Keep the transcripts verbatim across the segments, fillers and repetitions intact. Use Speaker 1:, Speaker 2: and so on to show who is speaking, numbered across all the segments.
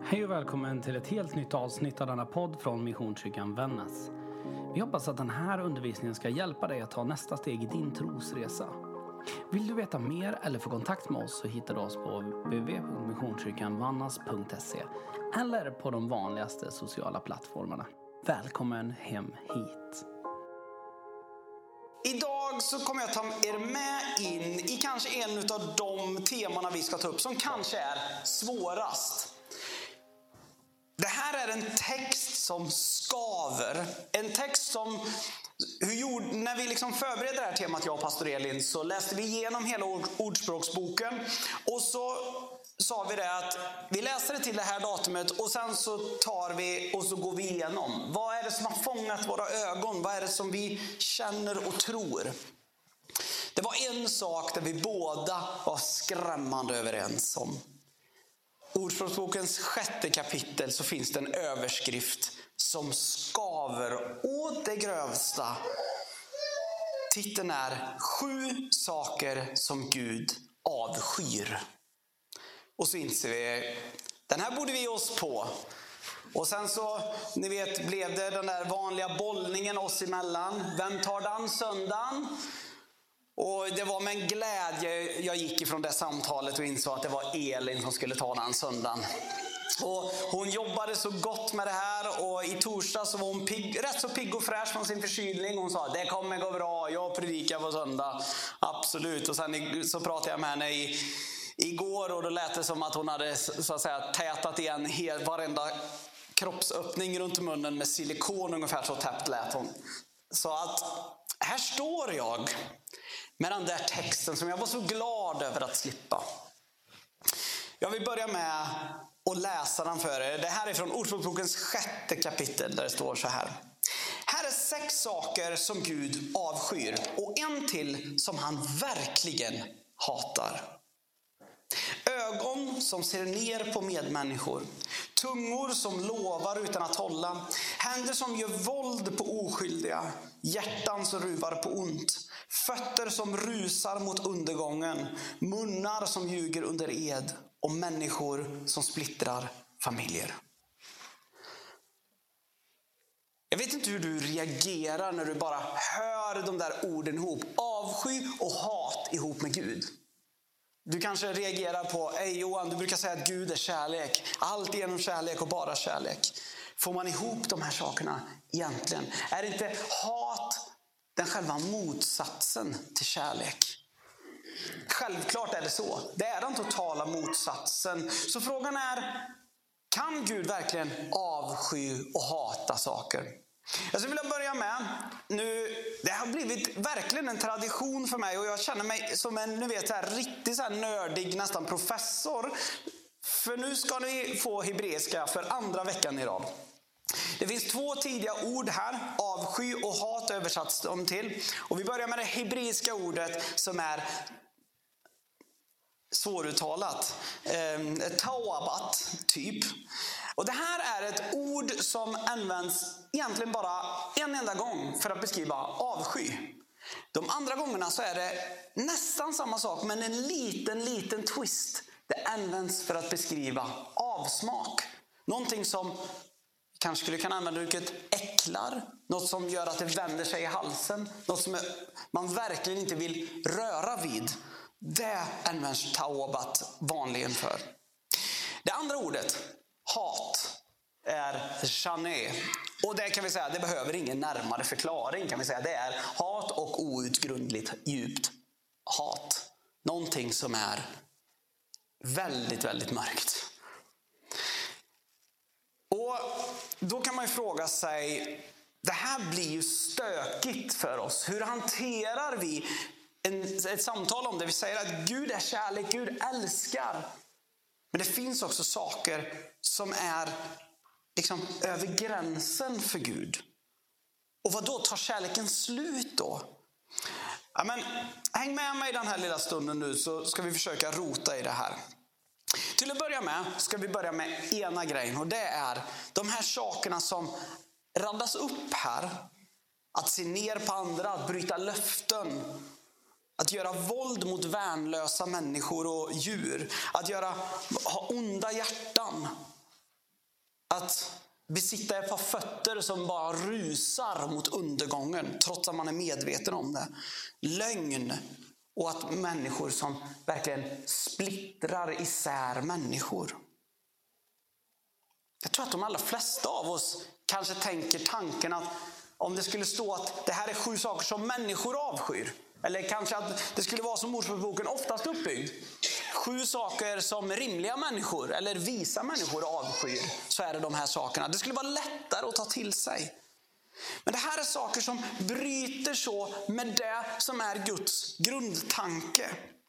Speaker 1: Hej och välkommen till ett helt nytt avsnitt av denna podd från Missionskyrkan Vännäs. Vi hoppas att den här undervisningen ska hjälpa dig att ta nästa steg i din trosresa. Vill du veta mer eller få kontakt med oss så hittar du oss på w w w punkt missionskyrkanvannas punkt se eller på de vanligaste sociala plattformarna. Välkommen hem hit.
Speaker 2: Idag så kommer jag ta er med in i kanske en av de temana vi ska ta upp som kanske är svårast. Det här är en text som skaver. En text som, hur gjorde, när vi liksom förberedde det här temat, jag och pastor Elin, så läste vi igenom hela ordspråksboken. Och så sa vi det att vi läser det till det här datumet och sen så tar vi och så går vi igenom. Vad är det som har fångat våra ögon? Vad är det som vi känner och tror? Det var en sak där vi båda var skrämmande överens om. Ordspråksbokens sjätte kapitel så finns det en överskrift som skaver åt det grövsta. Titeln är Sju saker som Gud avskyr. Och så inser vi, den här borde vi ge oss på. Och sen så, ni vet, blev det den där vanliga bollningen oss emellan. Vem tar den söndagen? Och det var med en glädje jag gick ifrån det samtalet och insåg att det var Elin som skulle ta den söndagen. Och hon jobbade så gott med det här och i torsdag så var hon pigg, rätt så pigg och fräsch från sin förkylning. Hon sa, det kommer gå bra, jag predikar på söndag. Absolut. Och sen så pratade jag med henne i, igår och då lät det som att hon hade så att säga tätat igen hel, varenda kroppsöppning runt munnen med silikon, ungefär så täppt lät hon. Så att här står jag med den där texten som jag var så glad över att slippa. Jag vill börja med att läsa den för er. Det här är från Ordspråksbokens sjätte kapitel där det står så här. Här är sex saker som Gud avskyr och en till som han verkligen hatar. Ögon som ser ner på medmänniskor. Tungor som lovar utan att hålla. Händer som gör våld på oskyldiga. Hjärtan som ruvar på ont. Fötter som rusar mot undergången. Munnar som ljuger under ed. Och människor som splittrar familjer. Jag vet inte hur du reagerar när du bara hör de där orden ihop. Avsky och hat ihop med Gud. Du kanske reagerar på, ej Johan, du brukar säga att Gud är kärlek. Allt är genom kärlek och bara kärlek. Får man ihop de här sakerna egentligen? Är inte hat den själva motsatsen till kärlek? Självklart är det så. Det är den totala motsatsen. Så frågan är, kan Gud verkligen avsky och hata saker? Jag skulle vilja börja med, nu, det har blivit verkligen en tradition för mig och jag känner mig som en, nu vet, så här, riktigt så här nördig, nästan professor. För nu ska ni få hebreiska för andra veckan i rad. Det finns två tidiga ord här, avsky och hat översatts de till. Och vi börjar med det hebreiska ordet som är svåruttalat. Eh, Tawabat, typ. Och det här är ett ord som används egentligen bara en enda gång för att beskriva avsky. De andra gångerna så är det nästan samma sak men en liten, liten twist. Det används för att beskriva avsmak. Någonting som kanske skulle kunna använda uttrycket äcklar. Något som gör att det vänder sig i halsen. Något som man verkligen inte vill röra vid. Det används tawabat vanligen för. Det andra ordet, hat, är shané. Och det kan vi säga, det behöver ingen närmare förklaring kan vi säga. Det är hat och outgrundligt djupt hat. Någonting som är väldigt, väldigt mörkt. Och då kan man ju fråga sig, det här blir ju stökigt för oss. Hur hanterar vi en, ett samtal om det? Vi säger att Gud är kärlek, Gud älskar. Men det finns också saker som är liksom över gränsen för Gud. Och vad då? Tar kärleken slut då? Ja, men, häng med mig den här lilla stunden nu så ska vi försöka rota i det här. Till att börja med ska vi börja med ena grejen. Och det är de här sakerna som radas upp här. Att se ner på andra, att bryta löften. Att göra våld mot värnlösa människor och djur. Att göra, ha onda hjärtan. Att besitta ett par fötter som bara rusar mot undergången trots att man är medveten om det. Lögn och att människor som verkligen splittrar isär människor. Jag tror att de allra flesta av oss kanske tänker tanken att om det skulle stå att det här är sju saker som människor avskyr. Eller kanske att det skulle vara som Ordspråksboken oftast uppbyggd. Sju saker som rimliga människor eller visa människor avskyr. Så är det de här sakerna. Det skulle vara lättare att ta till sig. Men det här är saker som bryter så med det som är Guds grundtanke.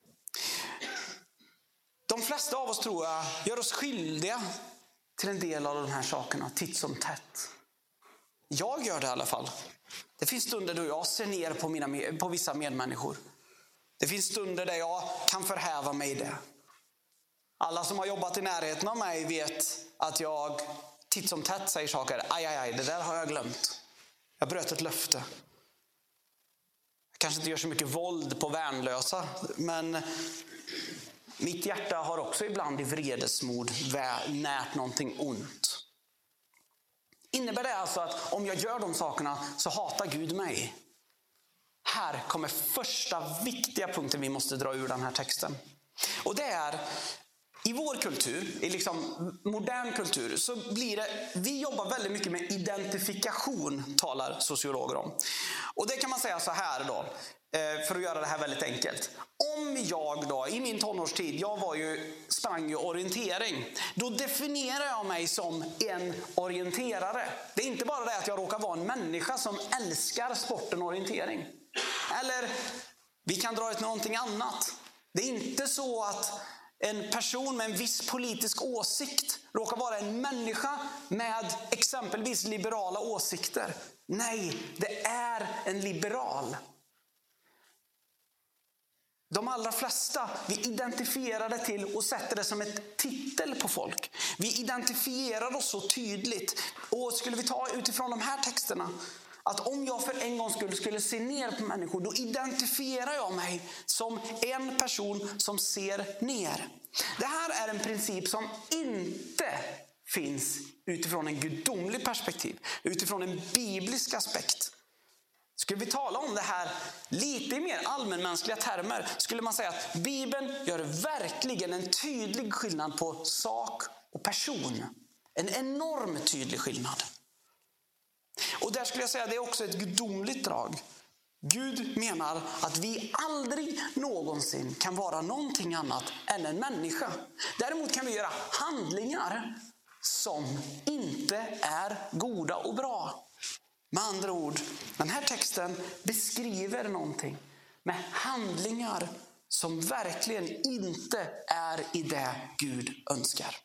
Speaker 2: De flesta av oss, tror jag, gör oss skyldiga till en del av de här sakerna titt som tätt. Jag gör det i alla fall. Det finns stunder då jag ser ner på, mina, på vissa medmänniskor. Det finns stunder där jag kan förhäva mig i det. Alla som har jobbat i närheten av mig vet att jag titt som tätt säger saker. Aj, aj, aj, det där har jag glömt. Jag bröt ett löfte. Jag kanske inte gör så mycket våld på värnlösa, men mitt hjärta har också ibland i vredesmod närt någonting ont. Innebär det alltså att om jag gör de sakerna så hatar Gud mig? Här kommer första viktiga punkten vi måste dra ur den här texten. Och det är, i vår kultur, i liksom modern kultur, så blir det, vi jobbar väldigt mycket med identifikation, talar sociologer om. Och det kan man säga så här då, för att göra det här väldigt enkelt. Om jag då, i min tonårstid, jag var ju, sprang ju orientering. Då definierar jag mig som en orienterare. Det är inte bara det att jag råkar vara en människa som älskar sporten orientering. Eller, vi kan dra ut någonting annat. Det är inte så att en person med en viss politisk åsikt råkar vara en människa med exempelvis liberala åsikter. Nej, det är en liberal. De allra flesta, vi identifierar det till och sätter det som ett titel på folk. Vi identifierar oss så tydligt. Och skulle vi ta utifrån de här texterna, att om jag för en gång skulle, skulle se ner på människor, då identifierar jag mig som en person som ser ner. Det här är en princip som inte finns utifrån en gudomlig perspektiv, utifrån en biblisk aspekt. Skulle vi tala om det här lite mer allmänmänskliga termer, skulle man säga att Bibeln gör verkligen en tydlig skillnad på sak och person. En enorm tydlig skillnad. Och där skulle jag säga att det är också ett gudomligt drag. Gud menar att vi aldrig någonsin kan vara någonting annat än en människa. Däremot kan vi göra handlingar som inte är goda och bra. Med andra ord, den här texten beskriver någonting med handlingar som verkligen inte är i det Gud önskar.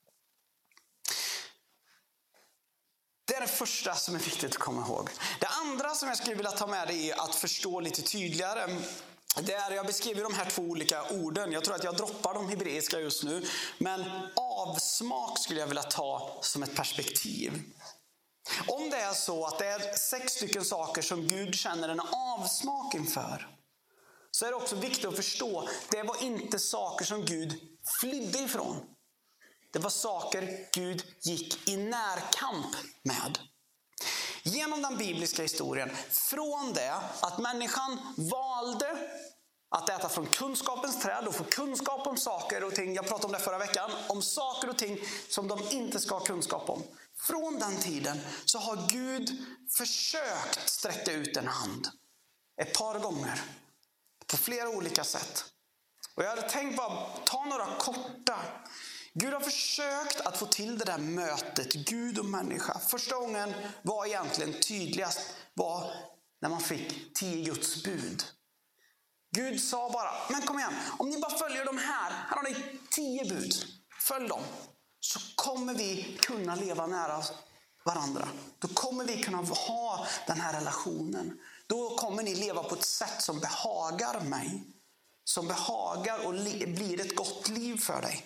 Speaker 2: Det är det första som är viktigt att komma ihåg. Det andra som jag skulle vilja ta med dig är att förstå lite tydligare. Det är, jag beskriver de här två olika orden. Jag tror att jag droppar de hebreiska just nu. Men avsmak skulle jag vilja ta som ett perspektiv. Om det är så att det är sex stycken saker som Gud känner en avsmak inför, så är det också viktigt att förstå, det var inte saker som Gud flydde ifrån. Det var saker Gud gick i närkamp med. Genom den bibliska historien, från det att människan valde att äta från kunskapens träd och få kunskap om saker och ting. Jag pratade om det förra veckan. Om saker och ting som de inte ska ha kunskap om. Från den tiden så har Gud försökt sträcka ut en hand. Ett par gånger. På flera olika sätt. Och jag hade tänkt bara ta några korta. Gud har försökt att få till det där mötet. Gud och människa. Första gången var egentligen tydligast var när man fick tio Guds bud. Gud sa bara, men kom igen, om ni bara följer de här, här har ni tio bud, följ dem. Så kommer vi kunna leva nära varandra. Då kommer vi kunna ha den här relationen. Då kommer ni leva på ett sätt som behagar mig. Som behagar och blir ett gott liv för dig.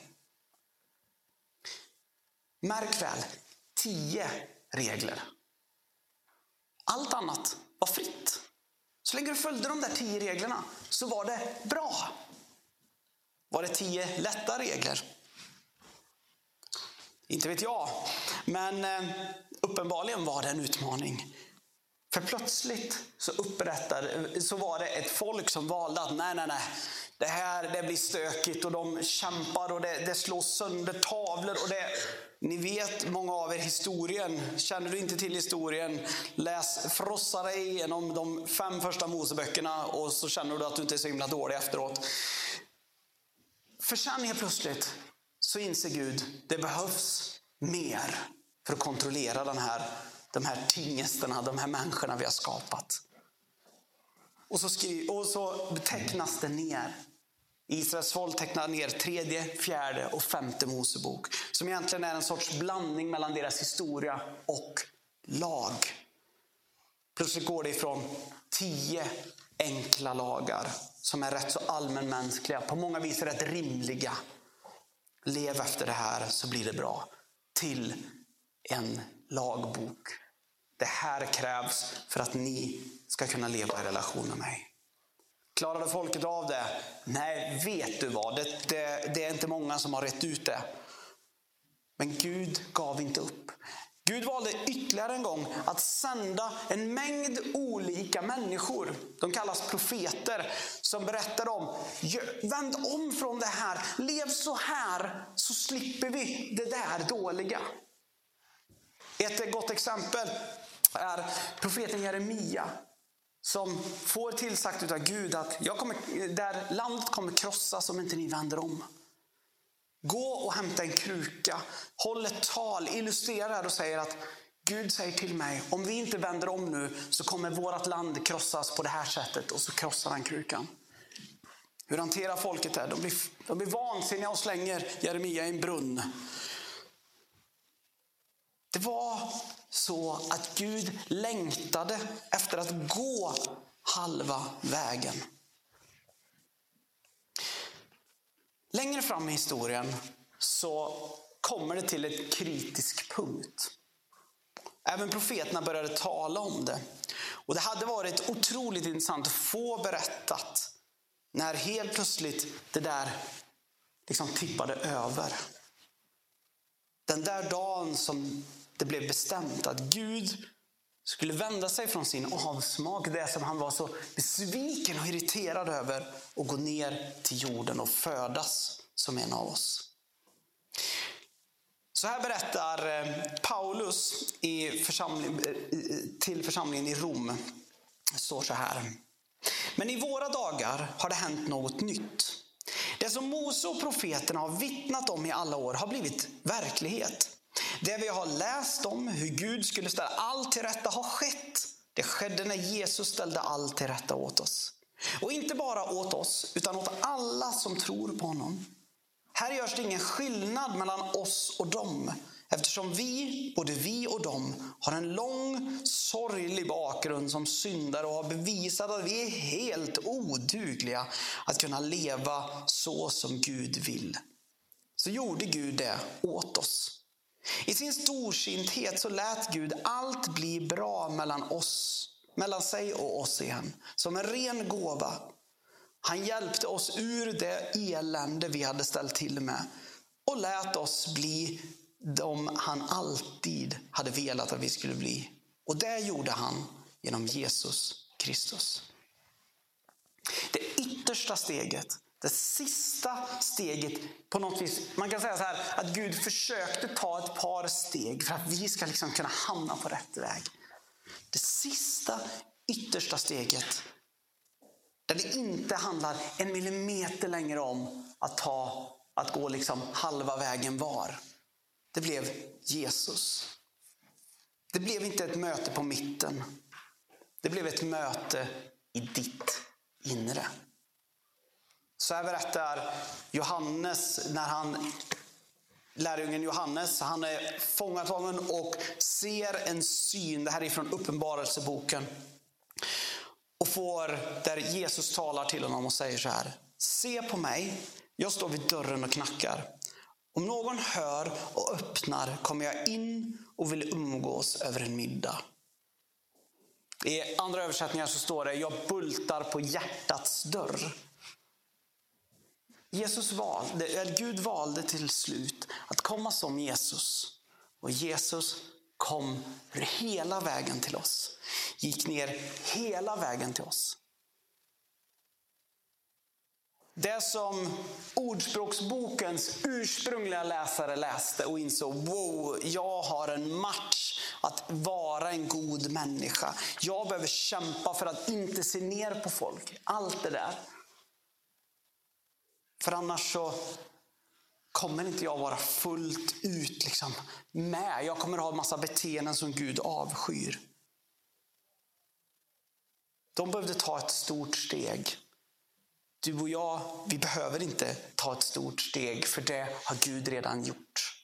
Speaker 2: Märk väl, tio regler. Allt annat var fritt. Så länge du följde de där tio reglerna så var det bra. Var det tio lätta regler? Inte vet jag. Men eh, uppenbarligen var det en utmaning. För plötsligt så upprättade, så var det ett folk som valde att nej, nej, nej. Det här det blir stökigt och de kämpar och det, det slår sönder tavlor. Och det, ni vet många av er historien. Känner du inte till historien, läs frossa dig igenom de fem första Moseböckerna och så känner du att du inte är så himla dålig efteråt. För sen helt plötsligt så inser Gud det behövs mer för att kontrollera den här, de här tingesterna, de här människorna vi har skapat. Och så, skri- och så tecknas det ner. Israels folk tecknar ner tredje, fjärde och femte Mosebok. Som egentligen är en sorts blandning mellan deras historia och lag. Plötsligt går det ifrån tio enkla lagar som är rätt så allmänmänskliga. På många vis rätt rimliga. Lev efter det här så blir det bra. Till en lagbok. Det här krävs för att ni ska kunna leva i relation med mig. Klarade folket av det? Nej, vet du vad? Det, det, det är inte många som har rätt ut det. Men Gud gav inte upp. Gud valde ytterligare en gång att sända en mängd olika människor. De kallas profeter som berättar om, vänd om från det här. Lev så här så slipper vi det där dåliga. Ett gott exempel är profeten Jeremia. Som får tillsagt utav Gud att jag kommer, där landet kommer krossas om inte ni vänder om. Gå och hämta en kruka. Håll ett tal, illustrerar och säger att Gud säger till mig, om vi inte vänder om nu så kommer vårt land krossas på det här sättet. Och så krossar han krukan. Hur hanterar folket det? De blir, de blir vansinniga och slänger Jeremia i en brunn. Det var så att Gud längtade efter att gå halva vägen. Längre fram i historien så kommer det till ett kritisk punkt. Även profeterna började tala om det. Och det hade varit otroligt intressant att få berättat när helt plötsligt det där liksom tippade över. Den där dagen som det blev bestämt att Gud skulle vända sig från sin avsmak, det som han var så besviken och irriterad över, och gå ner till jorden och födas som en av oss. Så här berättar Paulus i församling, till församlingen i Rom. Det står så här. Men i våra dagar har det hänt något nytt. Det som Mose och profeterna har vittnat om i alla år har blivit verklighet. Det vi har läst om hur Gud skulle ställa allt till rätta har skett. Det skedde när Jesus ställde allt till rätta åt oss. Och inte bara åt oss, utan åt alla som tror på honom. Här görs det ingen skillnad mellan oss och dem. Eftersom vi, både vi och dem, har en lång, sorglig bakgrund som syndare och har bevisat att vi är helt odugliga att kunna leva så som Gud vill. Så gjorde Gud det åt oss. I sin storsinthet så lät Gud allt bli bra mellan oss, mellan sig och oss igen, som en ren gåva. Han hjälpte oss ur det elände vi hade ställt till med och lät oss bli de han alltid hade velat att vi skulle bli. Och det gjorde han genom Jesus Kristus. Det yttersta steget, det sista steget på något vis, man kan säga så här, att Gud försökte ta ett par steg för att vi ska liksom kunna hamna på rätt väg. Det sista yttersta steget, där det inte handlar en millimeter längre om att ta, att gå liksom halva vägen var. Det blev Jesus. Det blev inte ett möte på mitten. Det blev ett möte i ditt inre. Så här berättar Johannes när han, lärjungen Johannes, han är fångatagen och ser en syn. Det här är från Uppenbarelseboken. Och får, där Jesus talar till honom och säger så här. Se på mig, jag står vid dörren och knackar. Om någon hör och öppnar kommer jag in och vill umgås över en middag. I andra översättningar så står det, jag bultar på hjärtats dörr. Jesus valde, Gud valde till slut att komma som Jesus Och Jesus kom hela vägen till oss. Gick ner hela vägen till oss. Det som Ordspråksbokens ursprungliga läsare läste och insåg, wow, jag har en match att vara en god människa. Jag behöver kämpa för att inte se ner på folk. Allt det där. För annars så kommer inte jag vara fullt ut liksom med. Jag kommer ha en massa beteenden som Gud avskyr. De behövde ta ett stort steg. Du och jag, vi behöver inte ta ett stort steg, för det har Gud redan gjort.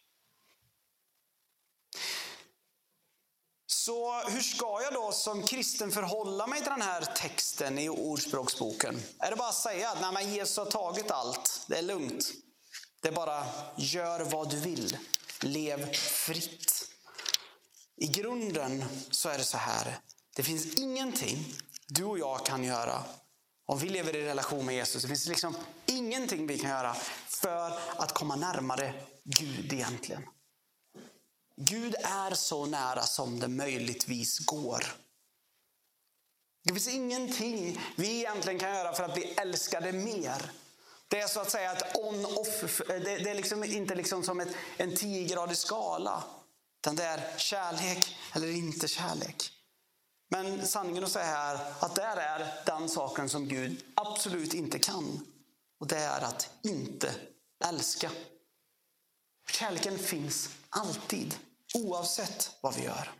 Speaker 2: Så hur ska jag då som kristen förhålla mig till den här texten i Ordspråksboken? Är det bara att säga att nej, men Jesus har tagit allt, det är lugnt. Det är bara gör vad du vill, lev fritt. I grunden så är det så här, det finns ingenting du och jag kan göra. Om vi lever i relation med Jesus, det finns liksom ingenting vi kan göra för att komma närmare Gud egentligen. Gud är så nära som det möjligtvis går. Det finns ingenting vi egentligen kan göra för att bli älskade mer. Det är så att säga ett on-off. Det är liksom inte liksom som ett, en tiogradig skala. Utan det är kärlek eller inte kärlek. Men sanningen att säga här att där är den saken som Gud absolut inte kan. Och det är att inte älska. Kärleken finns alltid, oavsett vad vi gör.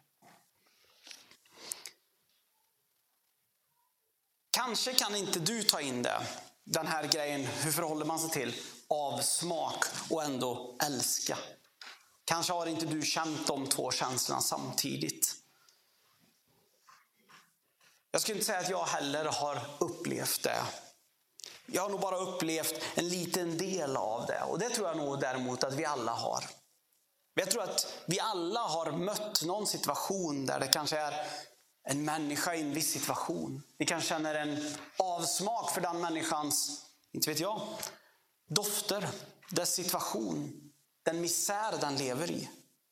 Speaker 2: Kanske kan inte du ta in det, den här grejen, hur förhåller man sig till avsmak och ändå älska. Kanske har inte du känt de två känslorna samtidigt. Jag skulle inte säga att jag heller har upplevt det. Jag har nog bara upplevt en liten del av det. Och det tror jag nog däremot att vi alla har. Jag tror att vi alla har mött någon situation där det kanske är en människa i en viss situation. Vi kanske känner en avsmak för den människans, inte vet jag, dofter, dess situation, den misär den lever i.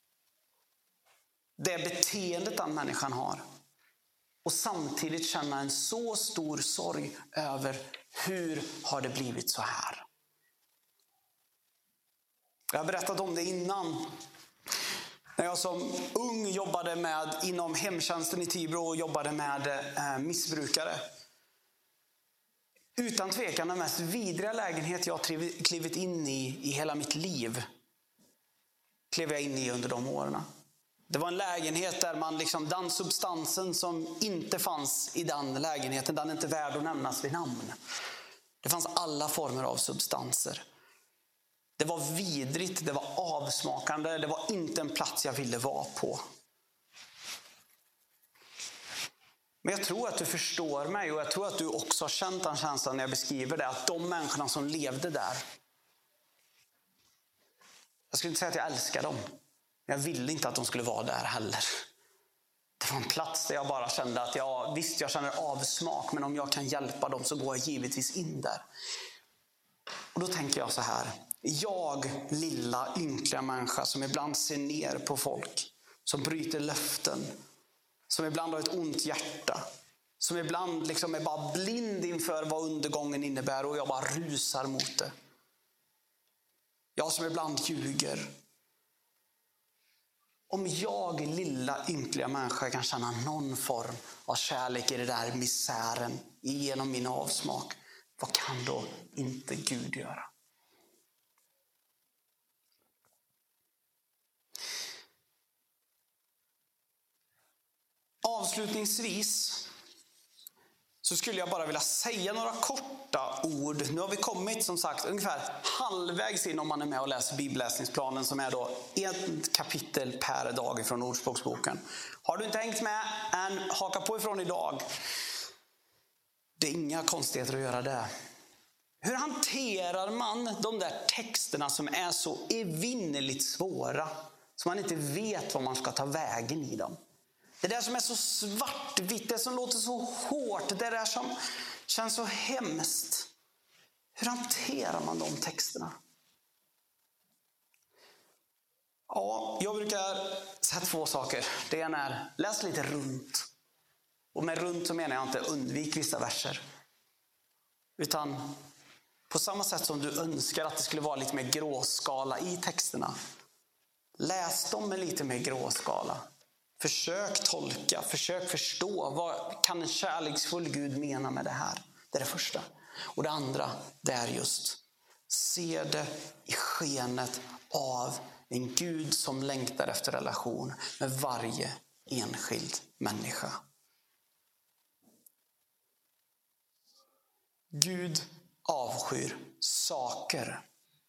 Speaker 2: Det beteendet den människan har. Och samtidigt känna en så stor sorg över hur har det blivit så här. Jag har berättat om det innan. När jag som ung jobbade med inom hemtjänsten i Tibro och jobbade med eh, missbrukare. Utan tvekan den mest vidriga lägenhet jag triv, klivit in i i hela mitt liv. Klev jag in i under de åren. Det var en lägenhet där man liksom, den substansen som inte fanns i den lägenheten, den är inte värd att nämnas vid namn. Det fanns alla former av substanser. Det var vidrigt, det var avsmakande, det var inte en plats jag ville vara på. Men jag tror att du förstår mig och jag tror att du också har känt den känslan när jag beskriver det. Att de människorna som levde där, jag skulle inte säga att jag älskar dem. Jag ville inte att de skulle vara där heller. Det var en plats där jag bara kände att jag, visst jag känner avsmak, men om jag kan hjälpa dem så går jag givetvis in där. Och då tänker jag så här. Jag, lilla ynkliga människa som ibland ser ner på folk. Som bryter löften. Som ibland har ett ont hjärta. Som ibland liksom är bara blind inför vad undergången innebär och jag bara rusar mot det. Jag som ibland ljuger. Om jag, lilla ynkliga människa, kan känna någon form av kärlek i det där misären genom min avsmak, vad kan då inte Gud göra? Avslutningsvis så skulle jag bara vilja säga några korta ord. Nu har vi kommit som sagt ungefär halvvägs in om man är med och läser bibelläsningsplanen som är då ett kapitel per dag från Ordspråksboken. Har du inte hängt med än, haka på ifrån idag. Det är inga konstigheter att göra det. Hur hanterar man de där texterna som är så evinnerligt svåra, så man inte vet vad man ska ta vägen i dem? Det där som är så svartvitt, det som låter så hårt, det där som känns så hemskt. Hur hanterar man de texterna? Ja, jag brukar Så här två saker. Det ena är, läs lite runt. Och med runt så menar jag inte undvik vissa verser. Utan på samma sätt som du önskar att det skulle vara lite mer gråskala i texterna. Läs dem med lite mer gråskala. Försök tolka, försök förstå. Vad kan en kärleksfull Gud mena med det här? Det är det första. Och det andra, det är just, se det i skenet av en Gud som längtar efter relation med varje enskild människa. Gud avskyr saker.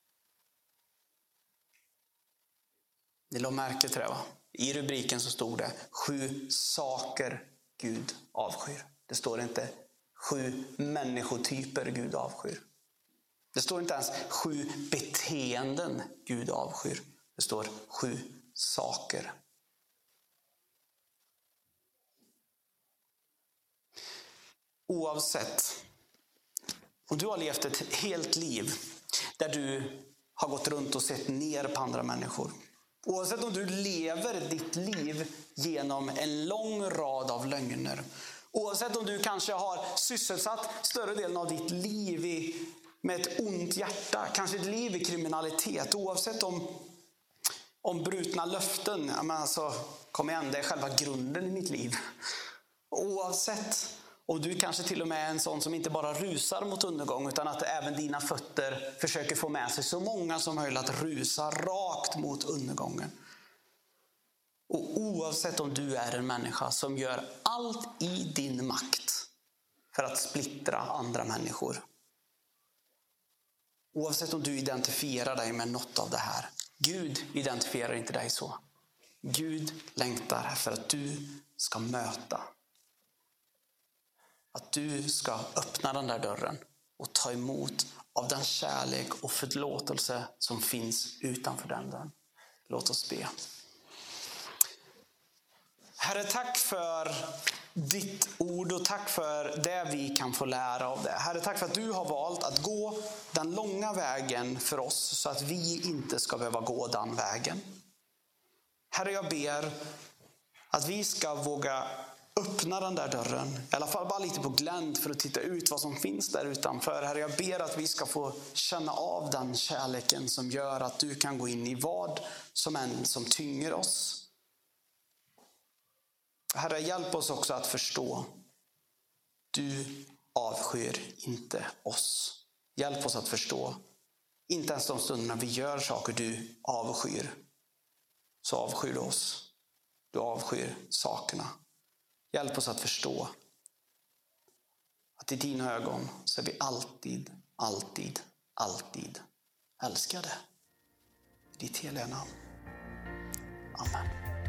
Speaker 2: Ni lade märke till det, va? I rubriken så stod det sju saker Gud avskyr. Det står inte sju människotyper Gud avskyr. Det står inte ens sju beteenden Gud avskyr. Det står sju saker. Oavsett om du har levt ett helt liv där du har gått runt och sett ner på andra människor. Oavsett om du lever ditt liv genom en lång rad av lögner. Oavsett om du kanske har sysselsatt större delen av ditt liv i, med ett ont hjärta. Kanske ett liv i kriminalitet. Oavsett om, om brutna löften. Men alltså, kom igen, det är själva grunden i mitt liv. Oavsett om du kanske till och med är en sån som inte bara rusar mot undergång. Utan att även dina fötter försöker få med sig så många som möjligt att rusa rakt mot undergången. Och oavsett om du är en människa som gör allt i din makt för att splittra andra människor. Oavsett om du identifierar dig med något av det här. Gud identifierar inte dig så. Gud längtar efter att du ska möta. Att du ska öppna den där dörren och ta emot av den kärlek och förlåtelse som finns utanför den dörren. Låt oss be. Herre, tack för ditt ord och tack för det vi kan få lära av det. Herre, tack för att du har valt att gå den långa vägen för oss så att vi inte ska behöva gå den vägen. Herre, jag ber att vi ska våga öppna den där dörren. I alla fall bara lite på glänt för att titta ut vad som finns där utanför. Herre, jag ber att vi ska få känna av den kärleken som gör att du kan gå in i vad som än som tynger oss. Herre, hjälp oss också att förstå. Du avskyr inte oss. Hjälp oss att förstå. Inte ens de stunderna vi gör saker du avskyr. Så avskyr du oss. Du avskyr sakerna. Hjälp oss att förstå. Att i dina ögon så är vi alltid, alltid, alltid älskade. I ditt heliga namn. Amen.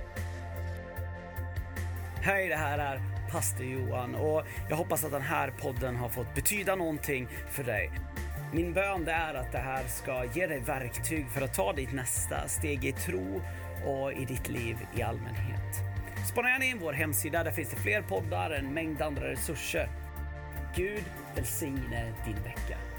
Speaker 1: Hej, det här är pastor Johan och jag hoppas att den här podden har fått betyda någonting för dig. Min bön är att det här ska ge dig verktyg för att ta ditt nästa steg i tro och i ditt liv i allmänhet. Spana gärna in vår hemsida, där finns det fler poddar, en mängd andra resurser. Gud välsigne din vecka.